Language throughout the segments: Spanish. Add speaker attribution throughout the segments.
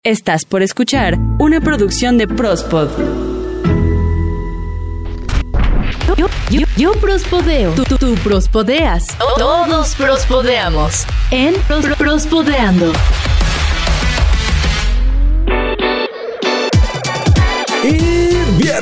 Speaker 1: Estás por escuchar una producción de Prospod. Yo prospodeo, tú prospodeas, todos prospodeamos en Prospodeando.
Speaker 2: Y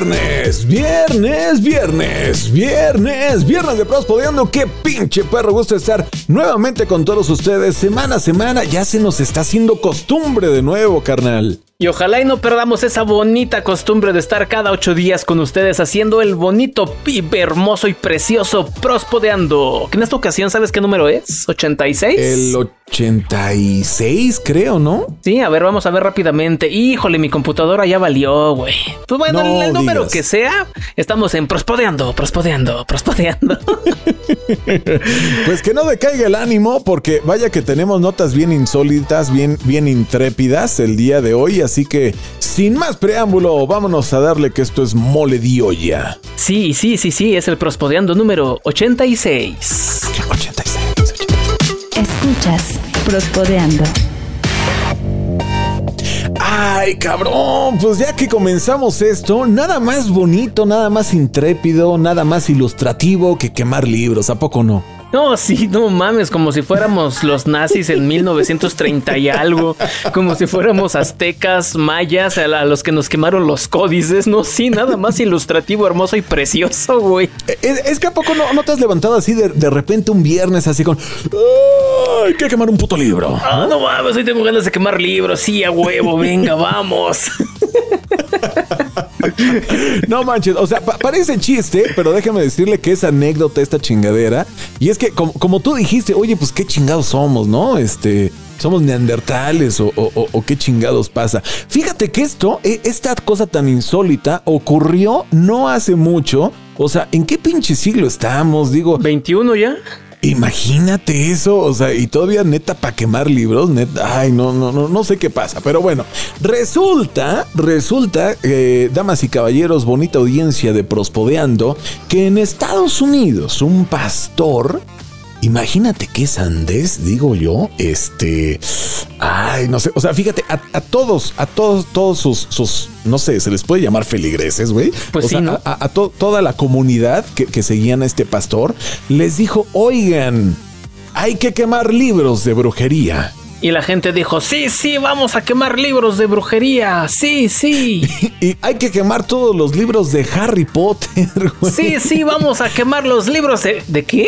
Speaker 2: viernes de Prospodeando. Qué pinche perro gusto estar nuevamente con todos ustedes semana a semana. Ya se nos está haciendo costumbre de nuevo, carnal.
Speaker 3: Y ojalá y no perdamos esa bonita costumbre de estar cada 8 días con ustedes haciendo el bonito, hermoso y precioso Prospodeando. Que en esta ocasión, ¿sabes qué número es? ¿86?
Speaker 2: El 86, creo, ¿no?
Speaker 3: Sí, a ver, vamos a ver rápidamente. Híjole, mi computadora ya valió, güey. Pues bueno,
Speaker 2: no
Speaker 3: el número
Speaker 2: digas.
Speaker 3: que sea, estamos en Prospodeando.
Speaker 2: Pues que no decaiga el ánimo, porque vaya que tenemos notas bien insólitas, bien intrépidas el día de hoy. Así que, sin más preámbulo, vámonos a darle que esto es mole de olla.
Speaker 3: Sí, es el Prospodeando número 86.
Speaker 2: 86.
Speaker 1: Escuchas Prospodeando.
Speaker 2: Ay, cabrón, pues ya que comenzamos esto, nada más bonito, nada más intrépido, nada más ilustrativo que quemar libros, ¿a poco no?
Speaker 3: No, sí, no mames, como si fuéramos los nazis en 1930 y algo, como si fuéramos aztecas, mayas, a los que nos quemaron los códices, no, sí, nada más ilustrativo, hermoso y precioso, güey.
Speaker 2: Es que ¿a poco no te has levantado así de repente un viernes así con... ¡ay, hay que quemar un puto libro!
Speaker 3: Ah, no mames, hoy tengo ganas de quemar libros, sí, a huevo, venga, vamos.
Speaker 2: No manches, o sea, parece chiste, pero déjame decirle que es anécdota esta chingadera. Y es que, como tú dijiste, oye, pues qué chingados somos, ¿no? ¿Somos neandertales o qué chingados pasa? Fíjate que esta cosa tan insólita ocurrió no hace mucho. O sea, ¿en qué pinche siglo estamos? Digo...
Speaker 3: ¿21 ya?
Speaker 2: Imagínate eso, o sea, y todavía neta para quemar libros, neta, ay, no sé qué pasa, pero bueno, resulta, damas y caballeros, bonita audiencia de Prospodeando, que en Estados Unidos un pastor, imagínate qué sandez, digo yo, ay, no sé, o sea, fíjate, a todos sus, no sé, se les puede llamar feligreses, güey.
Speaker 3: Pues
Speaker 2: o
Speaker 3: sí,
Speaker 2: sea,
Speaker 3: ¿no?
Speaker 2: a toda la comunidad que seguían a este pastor, les dijo, oigan, hay que quemar libros de brujería.
Speaker 3: Y la gente dijo, sí, vamos a quemar libros de brujería, sí.
Speaker 2: Y hay que quemar todos los libros de Harry Potter, güey.
Speaker 3: Sí, vamos a quemar los libros ¿de qué?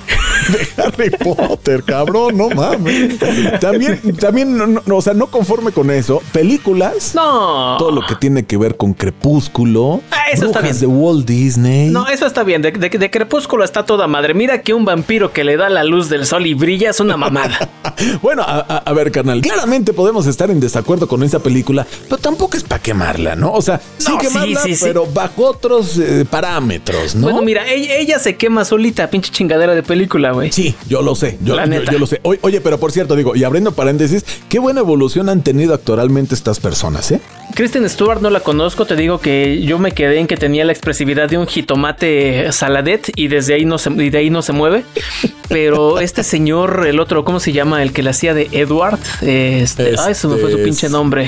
Speaker 2: De Harry Potter, cabrón, no mames. También, no, o sea, no conforme con eso, películas.
Speaker 3: No.
Speaker 2: Todo lo que tiene que ver con Crepúsculo.
Speaker 3: Eso está bien.
Speaker 2: De Walt Disney.
Speaker 3: No, eso está bien. De Crepúsculo está toda madre. Mira que un vampiro que le da la luz del sol y brilla es una mamada.
Speaker 2: Bueno, a ver, carnal, claramente podemos estar en desacuerdo con esa película, pero tampoco es para quemarla, ¿no? O sea, sí
Speaker 3: No,
Speaker 2: quemarla,
Speaker 3: sí.
Speaker 2: pero bajo otros parámetros, ¿no?
Speaker 3: Bueno, mira, ella se quema solita, pinche chingadera de película, güey.
Speaker 2: Sí, yo lo sé, yo lo sé. Oye, pero por cierto, digo, y abriendo paréntesis, qué buena evolución han tenido actualmente estas personas, ¿eh?
Speaker 3: Kristen Stewart no la conozco, te digo que yo me quedé en que tenía la expresividad de un jitomate saladet y desde ahí no se mueve. Pero este señor, el otro, ¿cómo se llama? El que le hacía de Edward, ay, se me fue su pinche nombre.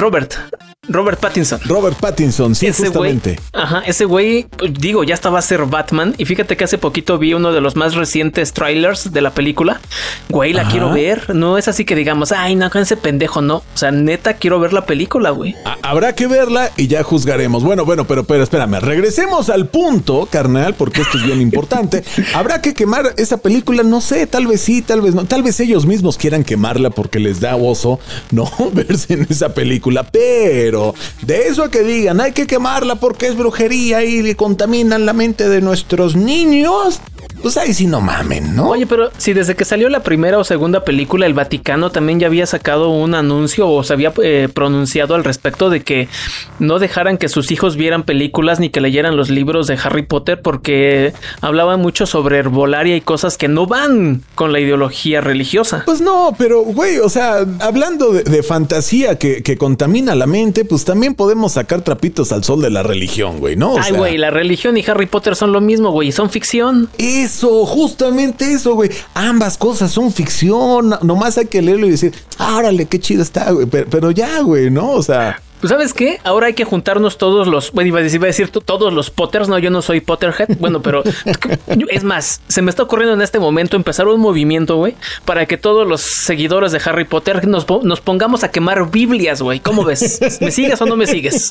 Speaker 3: Robert Pattinson.
Speaker 2: Robert Pattinson, sí,
Speaker 3: ese
Speaker 2: justamente.
Speaker 3: Ese güey, digo, ya estaba a ser Batman. Y fíjate que hace poquito vi uno de los más recientes trailers de la película. Güey, la quiero ver. No es así que digamos, ay, no, con ese pendejo, no. O sea, neta, quiero ver la película, güey.
Speaker 2: Habrá que verla y ya juzgaremos. Bueno, pero espérame. Regresemos al punto, carnal, porque esto es bien importante. Habrá que quemar esa película, no sé, tal vez sí, tal vez no. Tal vez ellos mismos quieran quemarla porque les da oso, ¿no? Verse en esa película. Pero de eso a que digan, hay que quemarla porque es brujería y le contaminan la mente de nuestros niños, pues ahí sí no mamen, ¿no?
Speaker 3: Oye, pero si desde que salió la primera o segunda película, el Vaticano también ya había sacado un anuncio o se había pronunciado al respecto de que no dejaran que sus hijos vieran películas ni que leyeran los libros de Harry Potter porque hablaban mucho sobre herbolaria y cosas que no van con la ideología religiosa.
Speaker 2: Pues no, pero güey, o sea, hablando de fantasía que contamina la mente, pues también podemos sacar trapitos al sol de la religión, güey, ¿no? O
Speaker 3: ay,
Speaker 2: sea,
Speaker 3: güey, la religión y Harry Potter son lo mismo, güey, son ficción.
Speaker 2: Es Eso, justamente eso, güey. Ambas cosas son ficción. Nomás hay que leerlo y decir, órale, qué chido está, güey. Pero ya, güey, ¿no? O sea...
Speaker 3: Pues ¿sabes qué? Ahora hay que juntarnos todos los... Bueno, iba a decir todos los Potters. No, yo no soy Potterhead. Bueno, pero... Es más, se me está ocurriendo en este momento empezar un movimiento, güey, para que todos los seguidores de Harry Potter nos pongamos a quemar Biblias, güey. ¿Cómo ves? ¿Me sigues o no me sigues?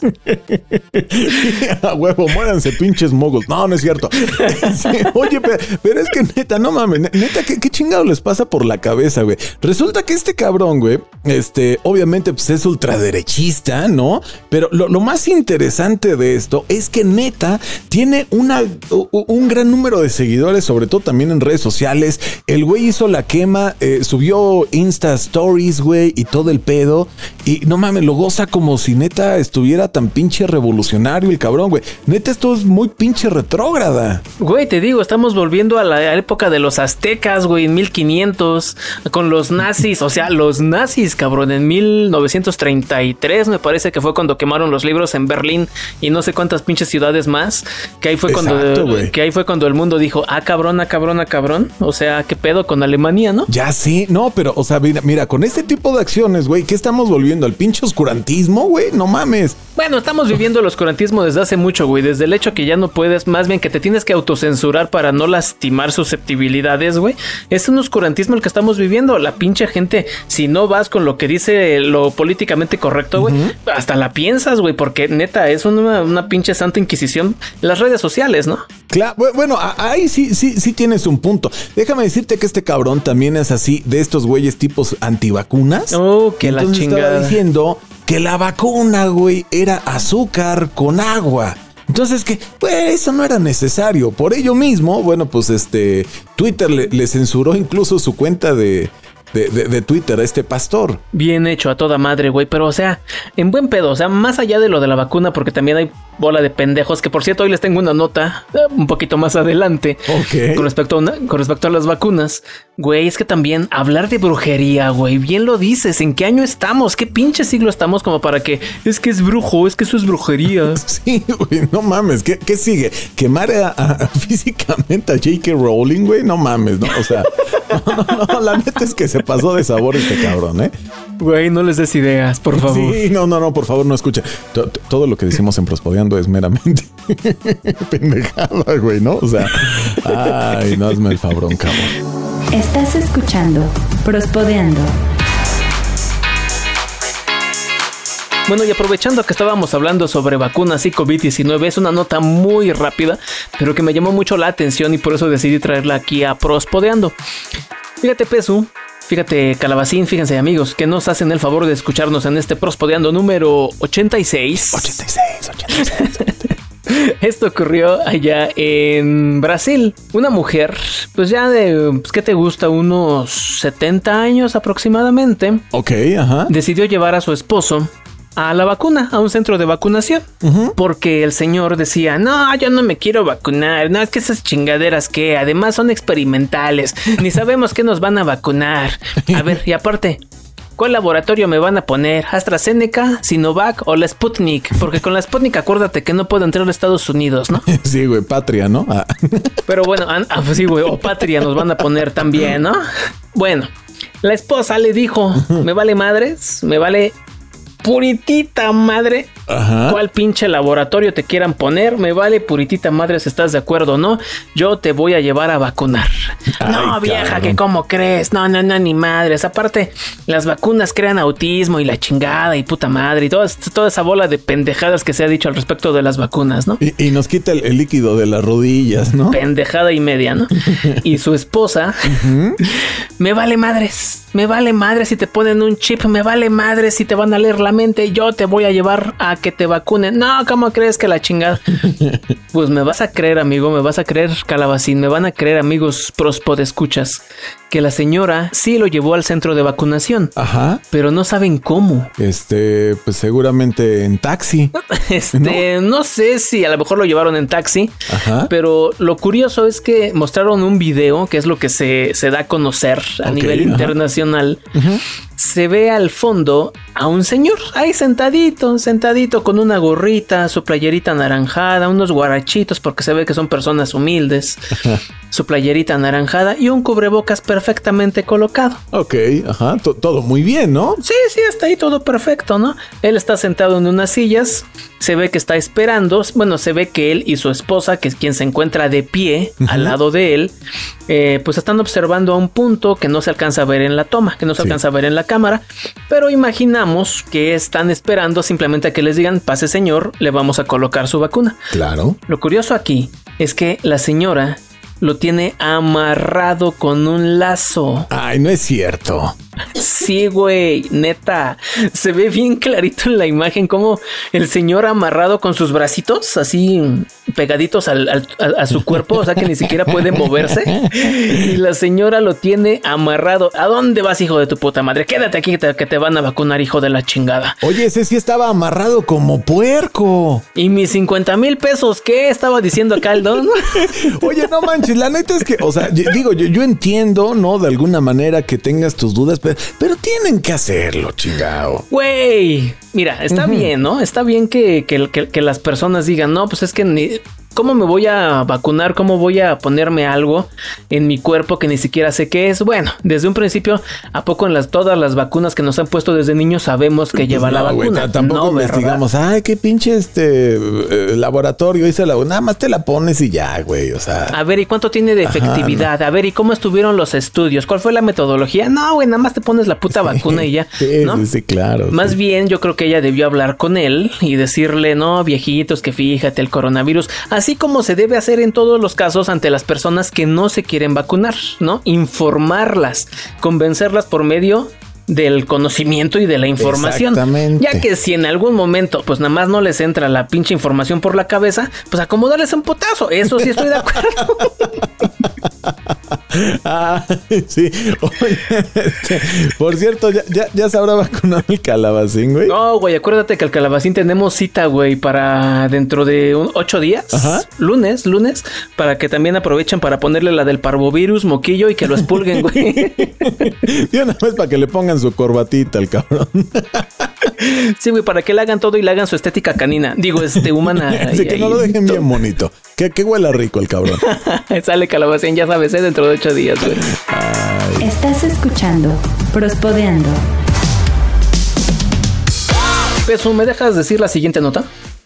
Speaker 2: A huevo, muéranse, pinches mogos. No, no es cierto. Sí, oye, pero es que neta, no mames. Neta, ¿qué chingado les pasa por la cabeza, güey? Resulta que este cabrón, güey, obviamente, pues es ultraderechista, ¿no? Pero lo más interesante de esto es que neta tiene un gran número de seguidores, sobre todo también en redes sociales. El güey hizo la quema, subió Insta Stories, güey, y todo el pedo. Y no mames, lo goza como si neta estuviera tan pinche revolucionario el cabrón, güey. Neta, esto es muy pinche retrógrada.
Speaker 3: Güey, te digo, estamos volviendo a la época de los aztecas, güey, en 1500, con los nazis. O sea, los nazis, cabrón, en 1933 me parece que fue cuando quemaron los libros en Berlín y no sé cuántas pinches ciudades más, que ahí fue cuando el mundo dijo, cabrón. O sea, qué pedo con Alemania, ¿no?
Speaker 2: Ya sí, no, pero, o sea, mira, con este tipo de acciones, güey, ¿qué estamos volviendo? ¿Al pinche oscurantismo, güey? No mames.
Speaker 3: Bueno, estamos viviendo el oscurantismo desde hace mucho, güey, desde el hecho que ya no puedes, más bien que te tienes que autocensurar para no lastimar susceptibilidades, güey. Es un oscurantismo el que estamos viviendo. La pinche gente, si no vas con lo que dice lo políticamente correcto, güey, hasta la piensas, güey, porque neta es una pinche santa inquisición las redes sociales, ¿no?
Speaker 2: Claro, bueno, ahí sí tienes un punto. Déjame decirte que este cabrón también es así, de estos güeyes tipos antivacunas.
Speaker 3: Oh, que la chingada.
Speaker 2: Estaba diciendo que la vacuna, güey, era azúcar con agua. Entonces que, pues, eso no era necesario. Por ello mismo, bueno, pues Twitter le censuró incluso su cuenta de Twitter a este pastor.
Speaker 3: Bien hecho, a toda madre, güey. Pero, o sea, en buen pedo. O sea, más allá de lo de la vacuna, porque también hay bola de pendejos, que por cierto hoy les tengo una nota un poquito más adelante.
Speaker 2: Okay.
Speaker 3: Con respecto a las vacunas. Güey, es que también hablar de brujería, güey. Bien lo dices. ¿En qué año estamos? ¿Qué pinche siglo estamos como para que es que es brujo? Es que eso es brujería.
Speaker 2: Sí, güey, no mames. ¿Qué sigue? ¿Quemar físicamente a J.K. Rowling, güey? No mames, ¿no? O sea, no, la neta es que se pasó de sabor este cabrón, ¿eh?
Speaker 3: Güey, no les des ideas, por favor.
Speaker 2: Sí, no, por favor, no escucha. Todo lo que decimos en Prospodeando es meramente pendejada, güey, ¿no? O sea, ay, no, hazme el fabrón, cabrón.
Speaker 1: Estás escuchando Prospodeando.
Speaker 3: Bueno, y aprovechando que estábamos hablando sobre vacunas y COVID-19, es una nota muy rápida, pero que me llamó mucho la atención y por eso decidí traerla aquí a Prospodeando. Fíjate, Pesu. Fíjate, Calabacín, fíjense, amigos, que nos hacen el favor de escucharnos en este Prospodeando número 86.
Speaker 2: 86.
Speaker 3: Esto ocurrió allá en Brasil. Una mujer, pues ya de, ¿qué te gusta? Unos 70 años aproximadamente.
Speaker 2: Ok, ajá.
Speaker 3: Decidió llevar a su esposo a la vacuna, a un centro de vacunación, porque el señor decía, no, yo no me quiero vacunar, no, es que esas chingaderas que además son experimentales, ni sabemos qué nos van a vacunar. A ver, y aparte, ¿cuál laboratorio me van a poner? ¿AstraZeneca, Sinovac o la Sputnik? Porque con la Sputnik acuérdate que no puedo entrar a Estados Unidos, ¿no?
Speaker 2: Sí, güey, Patria, ¿no?
Speaker 3: Pero bueno, pues sí, güey, o Patria nos van a poner también, ¿no? Bueno, la esposa le dijo, me vale madres, me vale puritita madre. Ajá. ¿Cuál pinche laboratorio te quieran poner? Me vale puritita madre si estás de acuerdo o no. Yo te voy a llevar a vacunar. Ay, no, vieja, cabrón. Que cómo crees. No, ni madres. Aparte, las vacunas crean autismo y la chingada y puta madre y toda esa bola de pendejadas que se ha dicho al respecto de las vacunas, ¿no?
Speaker 2: Y nos quita el líquido de las rodillas, ¿no?
Speaker 3: Pendejada y media, ¿no? Y su esposa, me vale madres. Me vale madres si te ponen un chip. Me vale madres si te van a leer la mente. Yo te voy a llevar a que te vacunen. No, ¿cómo crees que la chingada? Pues me vas a creer, amigo, me vas a creer, Calabacín, me van a creer, amigos Prospodescuchas, que la señora sí lo llevó al centro de vacunación. Ajá. Pero no saben cómo.
Speaker 2: Pues seguramente en taxi.
Speaker 3: No sé si a lo mejor lo llevaron en taxi. Ajá. Pero lo curioso es que mostraron un video, que es lo que se da a conocer a nivel internacional. Ajá. Se ve al fondo a un señor ahí sentadito con una gorrita, su playerita anaranjada, unos guarachitos porque se ve que son personas humildes. su playerita anaranjada y un cubrebocas perfectamente colocado.
Speaker 2: Ok, ajá, todo muy bien, ¿no?
Speaker 3: Sí, está ahí todo perfecto, ¿no? Él está sentado en unas sillas, se ve que está esperando, bueno, se ve que él y su esposa, que es quien se encuentra de pie al lado de él, pues están observando a un punto que no se alcanza a ver en la toma, que no se alcanza a ver en la cámara, pero imaginamos que están esperando simplemente a que les digan, pase señor, le vamos a colocar su vacuna.
Speaker 2: Claro.
Speaker 3: Lo curioso aquí es que la señora lo tiene amarrado con un lazo.
Speaker 2: Ay, no es cierto.
Speaker 3: Sí, güey, neta. Se ve bien clarito en la imagen como el señor amarrado con sus bracitos así pegaditos a su cuerpo, o sea que ni siquiera puede moverse. Y la señora lo tiene amarrado. ¿A dónde vas, hijo de tu puta madre? Quédate aquí que te van a vacunar, hijo de la chingada.
Speaker 2: Oye, ese sí estaba amarrado como puerco.
Speaker 3: ¿Y mis 50,000 pesos qué? Estaba diciendo acá el don.
Speaker 2: Oye, no manches, la neta es que, o sea, digo, yo entiendo, ¿no? De alguna manera que tengas tus dudas, pero tienen que hacerlo, chingado.
Speaker 3: Güey, mira, está bien, ¿no? Está bien que las personas digan, no, pues es que ¿cómo me voy a vacunar? ¿Cómo voy a ponerme algo en mi cuerpo que ni siquiera sé qué es? Bueno, desde un principio, ¿a poco en todas las vacunas que nos han puesto desde niños sabemos que lleva la vacuna?
Speaker 2: Wey, tampoco investigamos, ay, qué pinche laboratorio hice nada más te la pones y ya, güey, o sea.
Speaker 3: A ver, ¿y cuánto tiene de efectividad? No. A ver, ¿y cómo estuvieron los estudios? ¿Cuál fue la metodología? No, güey, nada más te pones la puta vacuna y ya.
Speaker 2: Sí,
Speaker 3: ¿no?
Speaker 2: sí, claro.
Speaker 3: Más bien, yo creo que ella debió hablar con él y decirle, no, viejitos, que fíjate, el coronavirus, así como se debe hacer en todos los casos ante las personas que no se quieren vacunar, ¿no? Informarlas, convencerlas por medio del conocimiento y de la información.
Speaker 2: Exactamente.
Speaker 3: Ya que si en algún momento pues nada más no les entra la pinche información por la cabeza, pues acomodarles un putazo. Eso sí estoy de acuerdo.
Speaker 2: Ah, sí. Oye, por cierto, ya se habrá vacunado el calabacín, güey.
Speaker 3: No, güey, acuérdate que el calabacín tenemos cita, güey, para dentro de 8 días. Ajá. Lunes, para que también aprovechen para ponerle la del parvovirus, moquillo y que lo expulguen, güey.
Speaker 2: Y una vez para que le pongan su corbatita al cabrón.
Speaker 3: Sí, güey, para que le hagan todo y le hagan su estética canina. Digo, humana.
Speaker 2: Así que no lo dejen bien bonito. Que huela rico el cabrón.
Speaker 3: Sale calabacín, ya sabes, dentro de 8 días, güey.
Speaker 1: Estás escuchando Prospodeando.
Speaker 3: Peso, ¿me dejas decir la siguiente nota?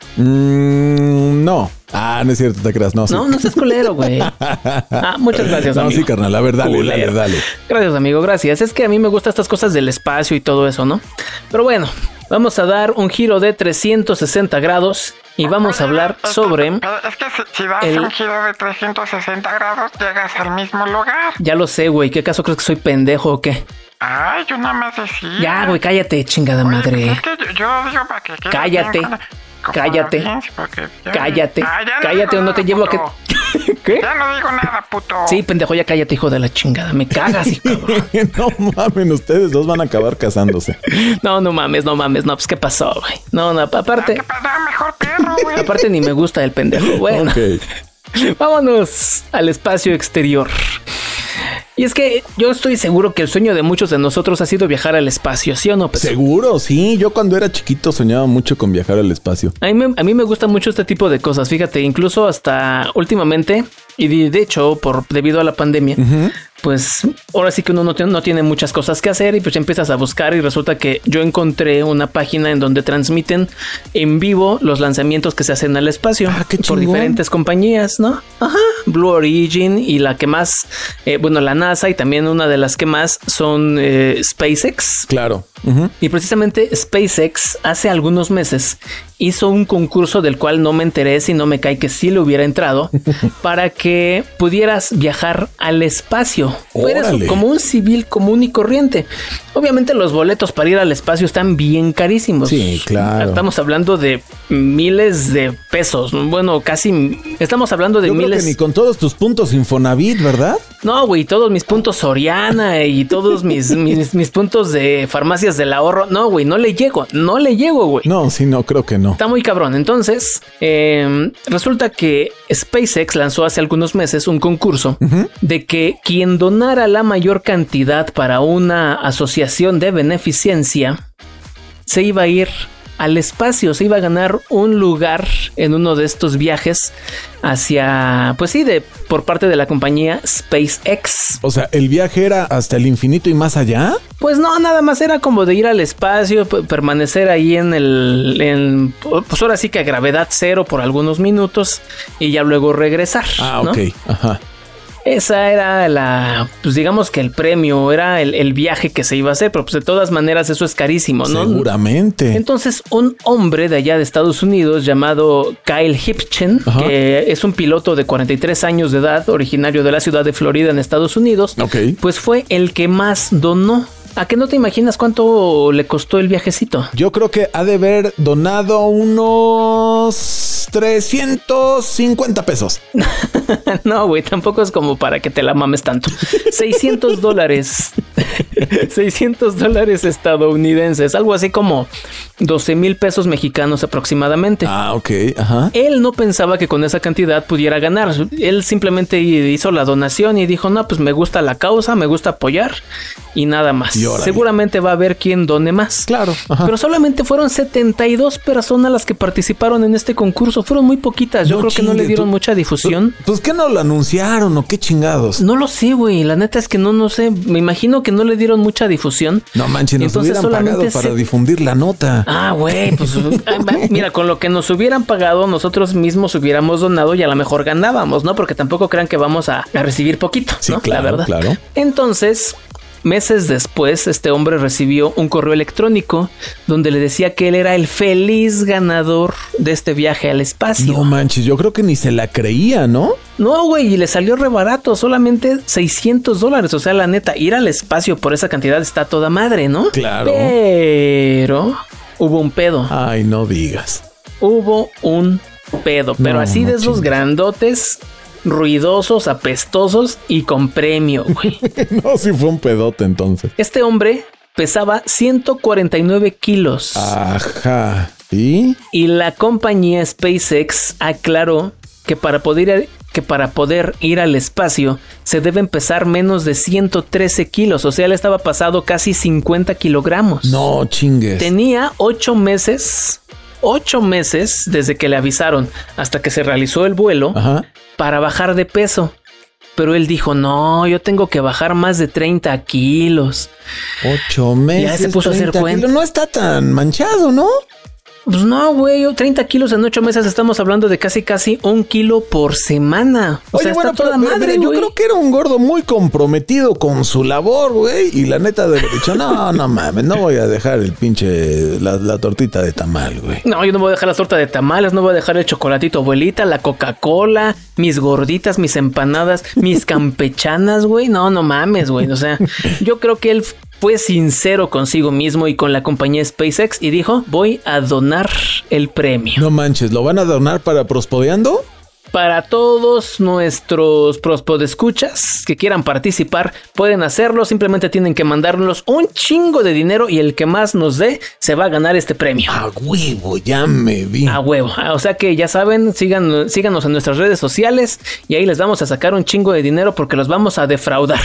Speaker 2: No. No es cierto, te creas. No
Speaker 3: seas culero, güey. Muchas gracias, amigo.
Speaker 2: No, sí, carnal. A ver, dale.
Speaker 3: Gracias, amigo, gracias. Es que a mí me gustan estas cosas del espacio y todo eso, ¿no? Pero bueno, vamos a dar un giro de 360 grados y vamos a hablar sobre...
Speaker 4: Es que si das un giro de 360 grados, llegas al mismo lugar.
Speaker 3: Ya lo sé, güey. ¿Qué acaso crees que soy pendejo o qué?
Speaker 4: Ay, yo nada más decía...
Speaker 3: Ya, güey, cállate, chingada madre.
Speaker 4: Pues es que yo digo para que...
Speaker 3: Cállate. Cállate. Cállate o no te llevo a que... ¿Qué?
Speaker 4: Ya no digo nada, puto.
Speaker 3: Sí, pendejo, ya cállate, hijo de la chingada. Me cagas, hijo.
Speaker 2: No mames, ustedes dos van a acabar casándose.
Speaker 3: No mames. No, pues ¿qué pasó, güey? No, aparte...
Speaker 4: ¿Qué pasa? Mejor perro, güey.
Speaker 3: Aparte ni me gusta el pendejo. Bueno.
Speaker 2: Okay.
Speaker 3: Vámonos al espacio exterior. Y es que yo estoy seguro que el sueño de muchos de nosotros ha sido viajar al espacio, ¿sí o no? Pues,
Speaker 2: seguro, sí. Yo cuando era chiquito soñaba mucho con viajar al espacio.
Speaker 3: A mí me gusta mucho este tipo de cosas. Fíjate, incluso hasta últimamente, y de hecho, debido a la pandemia, pues ahora sí que uno no tiene muchas cosas que hacer y pues empiezas a buscar y resulta que yo encontré una página en donde transmiten en vivo los lanzamientos que se hacen al espacio por diferentes compañías, ¿no? Ajá, Blue Origin y la que más, la NASA y también una de las que más son SpaceX.
Speaker 2: Claro.
Speaker 3: Y precisamente SpaceX hace algunos meses hizo un concurso del cual no me enteré, si no me cae que sí le hubiera entrado, para que pudieras viajar al espacio. Eres como un civil común y corriente. Obviamente los boletos para ir al espacio están bien carísimos.
Speaker 2: Sí, claro.
Speaker 3: Estamos hablando de miles de pesos. Bueno, casi estamos hablando de
Speaker 2: yo
Speaker 3: miles.
Speaker 2: Creo que ni con todos tus puntos Infonavit, ¿verdad?
Speaker 3: No, güey, todos mis puntos Soriana y todos mis puntos de farmacias del ahorro. No, güey, no le llego, güey.
Speaker 2: No, sí, no, creo que no.
Speaker 3: Está muy cabrón. Entonces, resulta que SpaceX lanzó hace algunos meses un concurso de que quien donara la mayor cantidad para una asociación de beneficencia se iba a ir al espacio, se iba a ganar un lugar en uno de estos viajes hacia, pues sí, por parte de la compañía SpaceX.
Speaker 2: O sea, ¿el viaje era hasta el infinito y más allá?
Speaker 3: Pues no, nada más era como de ir al espacio, permanecer ahí pues ahora sí que a gravedad cero por algunos minutos y ya luego regresar.
Speaker 2: Ah,
Speaker 3: ¿no?
Speaker 2: ok, ajá.
Speaker 3: Esa era pues digamos que el premio, era el viaje que se iba a hacer, pero pues de todas maneras eso es carísimo, ¿no?
Speaker 2: Seguramente.
Speaker 3: Entonces un hombre de allá de Estados Unidos llamado Kyle Hipchen, que es un piloto de 43 años de edad, originario de la ciudad de Florida en Estados Unidos, pues fue el que más donó. ¿A qué no te imaginas cuánto le costó el viajecito?
Speaker 2: Yo creo que ha de haber donado unos 350 pesos.
Speaker 3: No, güey, tampoco es como para que te la mames tanto. $600. $600 estadounidenses, algo así como 12,000 pesos mexicanos aproximadamente.
Speaker 2: Ah, ok, ajá.
Speaker 3: Él no pensaba que con esa cantidad pudiera ganar. Él simplemente hizo la donación y dijo, no, pues me gusta la causa, me gusta apoyar y nada más. Seguramente va a haber quien done más.
Speaker 2: Claro. Ajá.
Speaker 3: Pero solamente fueron 72 personas las que participaron en este concurso. Fueron muy poquitas. Yo creo que no le dieron mucha difusión.
Speaker 2: Pues ¿qué no lo anunciaron o qué chingados?
Speaker 3: No lo sé, güey. La neta es que no sé. Me imagino que no le dieron mucha difusión.
Speaker 2: No manches, nos hubieran pagado para difundir la nota.
Speaker 3: Ah, güey, pues mira, con lo que nos hubieran pagado, nosotros mismos hubiéramos donado y a lo mejor ganábamos, ¿no? Porque tampoco crean que vamos a recibir poquito,
Speaker 2: sí,
Speaker 3: ¿no?
Speaker 2: Claro,
Speaker 3: la verdad.
Speaker 2: Claro.
Speaker 3: Entonces, meses después, este hombre recibió un correo electrónico donde le decía que él era el feliz ganador de este viaje al espacio.
Speaker 2: No manches, yo creo que ni se la creía, ¿no?
Speaker 3: No, güey, y le salió re barato, solamente $600. O sea, la neta, ir al espacio por esa cantidad está toda madre, ¿no?
Speaker 2: Claro.
Speaker 3: Pero hubo un pedo.
Speaker 2: Ay, no digas.
Speaker 3: Hubo un pedo, pero no, así de esos grandotes, ruidosos, apestosos y con premio, güey.
Speaker 2: No, sí fue un pedote entonces.
Speaker 3: Este hombre pesaba 149 kilos.
Speaker 2: Ajá. ¿Y?
Speaker 3: Y la compañía SpaceX aclaró que para poder ir al espacio se deben pesar menos de 113 kilos. O sea, él estaba pasado casi 50 kilogramos.
Speaker 2: No chingues.
Speaker 3: Tenía 8 meses desde que le avisaron hasta que se realizó el vuelo.
Speaker 2: Ajá.
Speaker 3: Para bajar de peso. Pero él dijo, no, yo tengo que bajar más de 30 kilos.
Speaker 2: 8 meses.
Speaker 3: Ya se puso a hacer cuenta.
Speaker 2: No está tan manchado, ¿no?
Speaker 3: Pues no, güey, 30 kilos en 8 meses, estamos hablando de casi 1 kilo por semana. O sea,
Speaker 2: bueno,
Speaker 3: está toda madre,
Speaker 2: yo creo que era un gordo muy comprometido con su labor, güey. Y la neta de haber dicho, no mames, no voy a dejar el pinche, la tortita de tamal, güey.
Speaker 3: No, yo no voy a dejar la torta de tamales, no voy a dejar el chocolatito abuelita, la Coca-Cola, mis gorditas, mis empanadas, mis campechanas, güey. No mames, güey. O sea, yo creo que él fue sincero consigo mismo y con la compañía SpaceX y dijo, voy a donar el premio.
Speaker 2: No manches, ¿lo van a donar para Prospodeando?
Speaker 3: Para todos nuestros prospodescuchas que quieran participar, pueden hacerlo. Simplemente tienen que mandarnos un chingo de dinero y el que más nos dé se va a ganar este premio.
Speaker 2: A huevo, ya me vi.
Speaker 3: A huevo. O sea que ya saben, síganos en nuestras redes sociales y ahí les vamos a sacar un chingo de dinero porque los vamos a defraudar.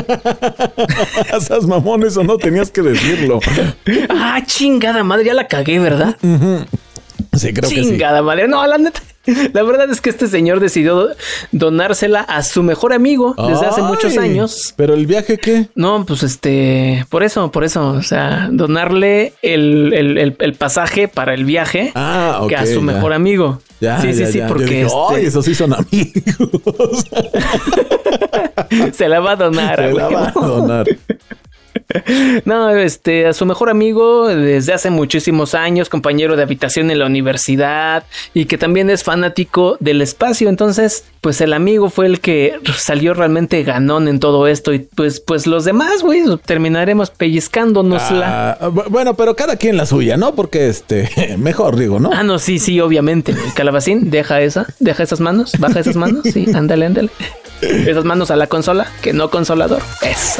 Speaker 2: Esas mamones o no tenías que decirlo.
Speaker 3: Ah, chingada madre, ya la cagué, ¿verdad?
Speaker 2: Sí, creo que sí.
Speaker 3: Chingada madre. No, la neta. La verdad es que este señor decidió donársela a su mejor amigo desde hace muchos años.
Speaker 2: ¿Pero el viaje qué?
Speaker 3: No, pues por eso, o sea, donarle el pasaje para el viaje
Speaker 2: okay,
Speaker 3: que a su mejor amigo. Sí, porque
Speaker 2: ¡ay, esos sí son amigos!
Speaker 3: Se la va a donar.
Speaker 2: Se la va a donar.
Speaker 3: No, a su mejor amigo desde hace muchísimos años, compañero de habitación en la universidad y que también es fanático del espacio. Entonces, pues el amigo fue el que salió realmente ganón en todo esto y pues los demás, güey, terminaremos pellizcándonosla.
Speaker 2: Bueno, pero cada quien la suya, ¿no? Porque mejor digo, ¿no?
Speaker 3: Ah, no, sí, obviamente. Calabacín, deja esas manos, baja esas manos, sí, ándale. Esas manos a la consola, que no consolador. Eso.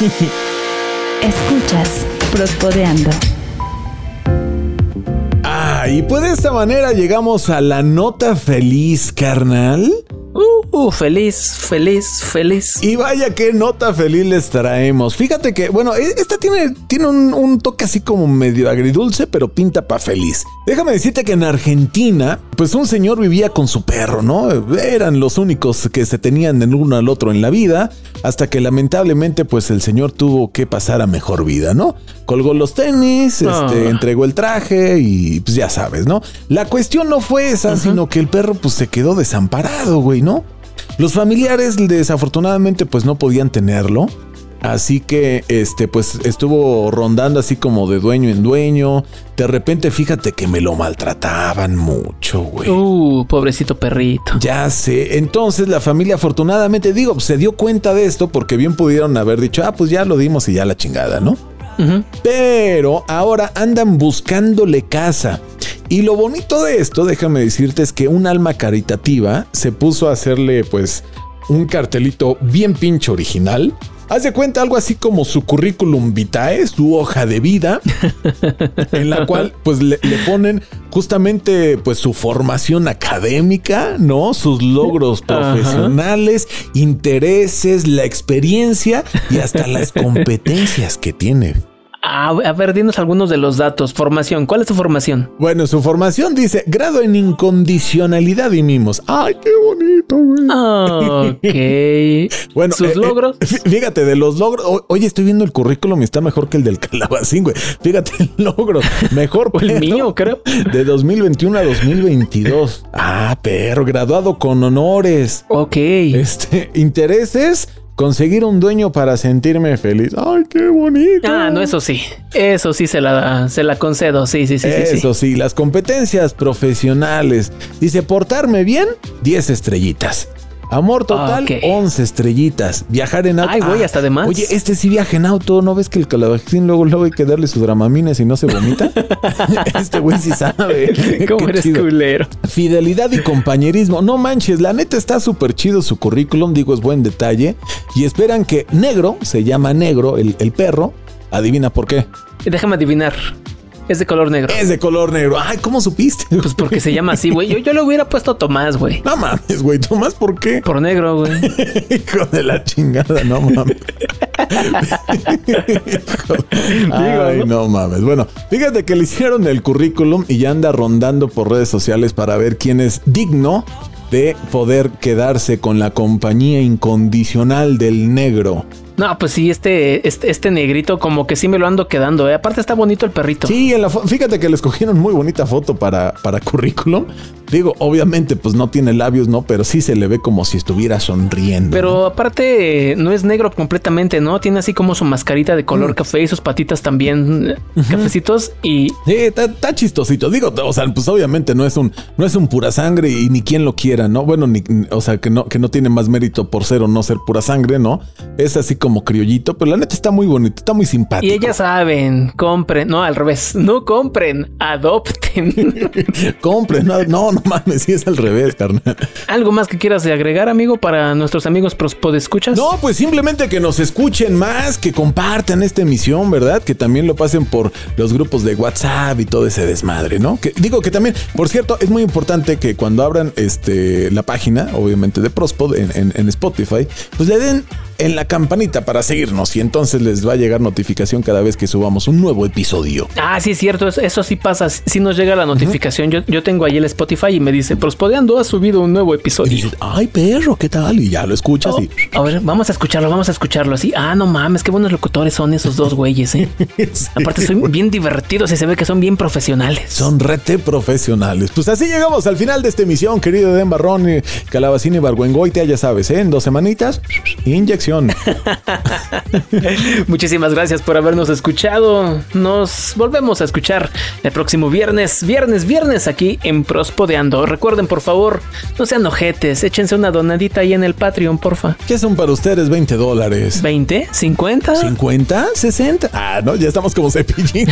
Speaker 1: Escuchas Prospodeando.
Speaker 2: Y pues de esta manera llegamos a la nota feliz, carnal.
Speaker 3: Feliz.
Speaker 2: Y vaya qué nota feliz les traemos. Fíjate que, bueno, esta tiene un toque así como medio agridulce, pero pinta pa' feliz. Déjame decirte que en Argentina, pues un señor vivía con su perro, ¿no? Eran los únicos que se tenían el uno al otro en la vida, hasta que lamentablemente, pues el señor tuvo que pasar a mejor vida, ¿no? Colgó los tenis, entregó el traje y pues ya sabes, ¿no? La cuestión no fue esa, sino que el perro pues se quedó desamparado, güey, ¿no? Los familiares desafortunadamente pues no podían tenerlo. Así que pues estuvo rondando así como de dueño en dueño. De repente fíjate que me lo maltrataban mucho, güey.
Speaker 3: Pobrecito perrito.
Speaker 2: Ya sé. Entonces la familia afortunadamente, se dio cuenta de esto porque bien pudieron haber dicho, pues ya lo dimos y ya la chingada, ¿no? Pero ahora andan buscándole casa. Y lo bonito de esto, déjame decirte, es que un alma caritativa se puso a hacerle pues un cartelito bien pinche original. Haz de cuenta algo así como su currículum vitae, su hoja de vida, en la cual pues le ponen justamente pues su formación académica, ¿no? Sus logros profesionales, intereses, la experiencia y hasta las competencias que tiene.
Speaker 3: A ver, dinos algunos de los datos. Formación. ¿Cuál es tu formación?
Speaker 2: Bueno, su formación dice grado en incondicionalidad y mimos. ¡Ay, qué bonito,
Speaker 3: güey! Ok.
Speaker 2: Bueno,
Speaker 3: ¿sus logros?
Speaker 2: Fíjate, de los logros. Oye, estoy viendo el currículum y está mejor que el del Calabacín, güey. Fíjate el logro. Mejor
Speaker 3: el mío, creo.
Speaker 2: De 2021 a 2022. Perro, graduado con honores.
Speaker 3: Ok.
Speaker 2: Intereses. Conseguir un dueño para sentirme feliz. ¡Ay, qué bonito!
Speaker 3: No, eso sí se la concedo. Sí.
Speaker 2: Eso sí, las competencias profesionales. Dice, portarme bien, 10 estrellitas. Amor total, 11 estrellitas. Viajar en auto.
Speaker 3: Ay, güey, hasta de más.
Speaker 2: Oye, sí viaja en auto. ¿No ves que el Calabacín luego hay que darle su Dramamine si no se vomita? Este güey sí sabe.
Speaker 3: ¿Cómo eres culero?
Speaker 2: Fidelidad y compañerismo. No manches, la neta está súper chido su currículum. Digo, es buen detalle. Y esperan que Negro, se llama Negro, el perro. Adivina por qué.
Speaker 3: Déjame adivinar. Es de color negro.
Speaker 2: Es de color negro. Ay, ¿cómo supiste?
Speaker 3: Pues porque se llama así, güey. Yo le hubiera puesto Tomás, güey.
Speaker 2: No mames, güey. ¿Tomás por qué?
Speaker 3: Por negro, güey.
Speaker 2: Hijo de la chingada, no mames. Ay, no mames. Bueno, fíjate que le hicieron el currículum y ya anda rondando por redes sociales para ver quién es digno de poder quedarse con la compañía incondicional del Negro.
Speaker 3: No, pues sí, este negrito como que sí me lo ando quedando, ¿eh? Aparte está bonito el perrito.
Speaker 2: Sí, fíjate que le escogieron muy bonita foto para currículum. Digo, obviamente, pues no tiene labios, ¿no? Pero sí se le ve como si estuviera sonriendo.
Speaker 3: Pero
Speaker 2: ¿no?
Speaker 3: Aparte no es negro completamente, ¿no? Tiene así como su mascarita de color café y sus patitas también cafecitos y...
Speaker 2: Sí, está chistosito. Digo, o sea, pues obviamente no es un pura sangre y ni quien lo quiera, ¿no? Bueno, o sea, que no tiene más mérito por ser o no ser pura sangre, ¿no? Es así como criollito, pero la neta está muy bonito, está muy simpático.
Speaker 3: Y ellas saben, compren, no, al revés, no compren, adopten.
Speaker 2: Compren, no mames, sí es al revés, carnal.
Speaker 3: ¿Algo más que quieras agregar, amigo, para nuestros amigos podescuchas?
Speaker 2: No, pues simplemente que nos escuchen más, que compartan esta emisión, ¿verdad? Que también lo pasen por los grupos de WhatsApp y todo ese desmadre, ¿no? Que también, por cierto, es muy importante que cuando abran la página, obviamente de Prospod en Spotify, pues le den en la campanita para seguirnos y entonces les va a llegar notificación cada vez que subamos un nuevo episodio.
Speaker 3: Ah, sí es cierto, eso sí pasa, sí nos llega la notificación. Yo tengo ahí el Spotify y me dice, Prospodeando ha subido un nuevo episodio.
Speaker 2: Y dices, ay perro, ¿qué tal? Y ya lo escuchas y...
Speaker 3: A ver, vamos a escucharlo así. No mames, qué buenos locutores son esos dos güeyes, ¿eh? Sí. Aparte son bien divertidos y se ve que son bien profesionales.
Speaker 2: Son rete profesionales. Pues así llegamos al final de esta emisión, querido Edén Barrón, Calabacín y Barguengoitia, ya sabes, ¿eh? En 2 semanitas, inyección.
Speaker 3: Muchísimas gracias por habernos escuchado. Nos volvemos a escuchar el próximo viernes aquí en Prospodeando. Recuerden, por favor, no sean ojetes, échense una donadita ahí en el Patreon, porfa.
Speaker 2: ¿Qué son para ustedes $20?
Speaker 3: ¿20? ¿50?
Speaker 2: ¿50? ¿60? No, ya estamos como Cepillín.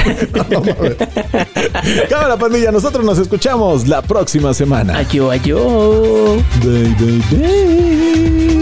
Speaker 2: Cámara, pandilla, nosotros nos escuchamos la próxima semana.
Speaker 3: Ayo.
Speaker 2: Bye.